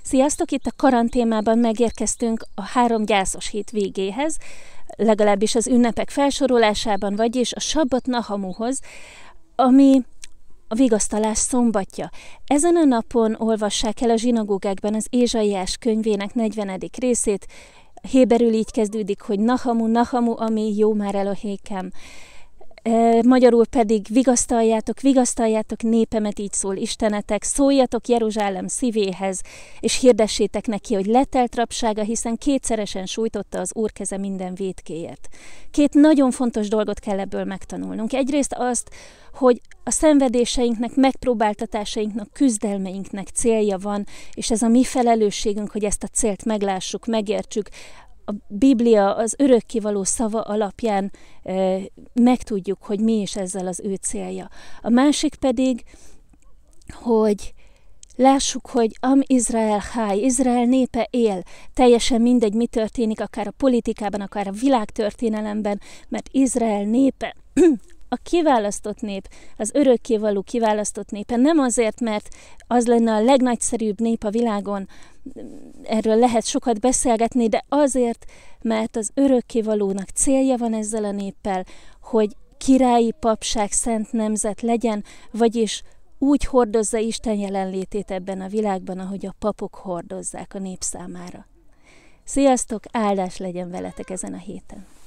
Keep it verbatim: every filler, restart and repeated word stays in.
Sziasztok! Itt a karanténban megérkeztünk a három gyászos hét végéhez, legalábbis az ünnepek felsorolásában, vagyis a Sabbat Nahamuhoz, ami a vigasztalás szombatja. Ezen a napon olvassák el a zsinagógákban az Ézsaiás könyvének negyvenedik részét. Héberül így kezdődik, hogy Nahamu, Nahamu, ami jó már Elohékem. Magyarul pedig vigasztaljátok, vigasztaljátok népemet, így szól Istenetek, szóljatok Jeruzsálem szívéhez, és hirdessétek neki, hogy letelt rabsága, hiszen kétszeresen sújtotta az Úr keze minden vétkéért. Két nagyon fontos dolgot kell ebből megtanulnunk. Egyrészt azt, hogy a szenvedéseinknek, megpróbáltatásainknak, küzdelmeinknek célja van, és ez a mi felelősségünk, hogy ezt a célt meglássuk, megértsük. A Biblia az örökkévaló szava alapján e, megtudjuk, hogy mi is ezzel az ő célja. A másik pedig, hogy lássuk, hogy Am Izrael Háj, Izrael népe él, teljesen mindegy, mi történik, akár a politikában, akár a világtörténelemben, mert Izrael népe, a kiválasztott nép, az örökkévaló kiválasztott népe, nem azért, mert az lenne a legnagyszerűbb nép a világon, erről lehet sokat beszélgetni, de azért, mert az örökkévalónak célja van ezzel a néppel, hogy királyi papság, szent nemzet legyen, vagyis úgy hordozza Isten jelenlétét ebben a világban, ahogy a papok hordozzák a nép számára. Sziasztok, áldás legyen veletek ezen a héten!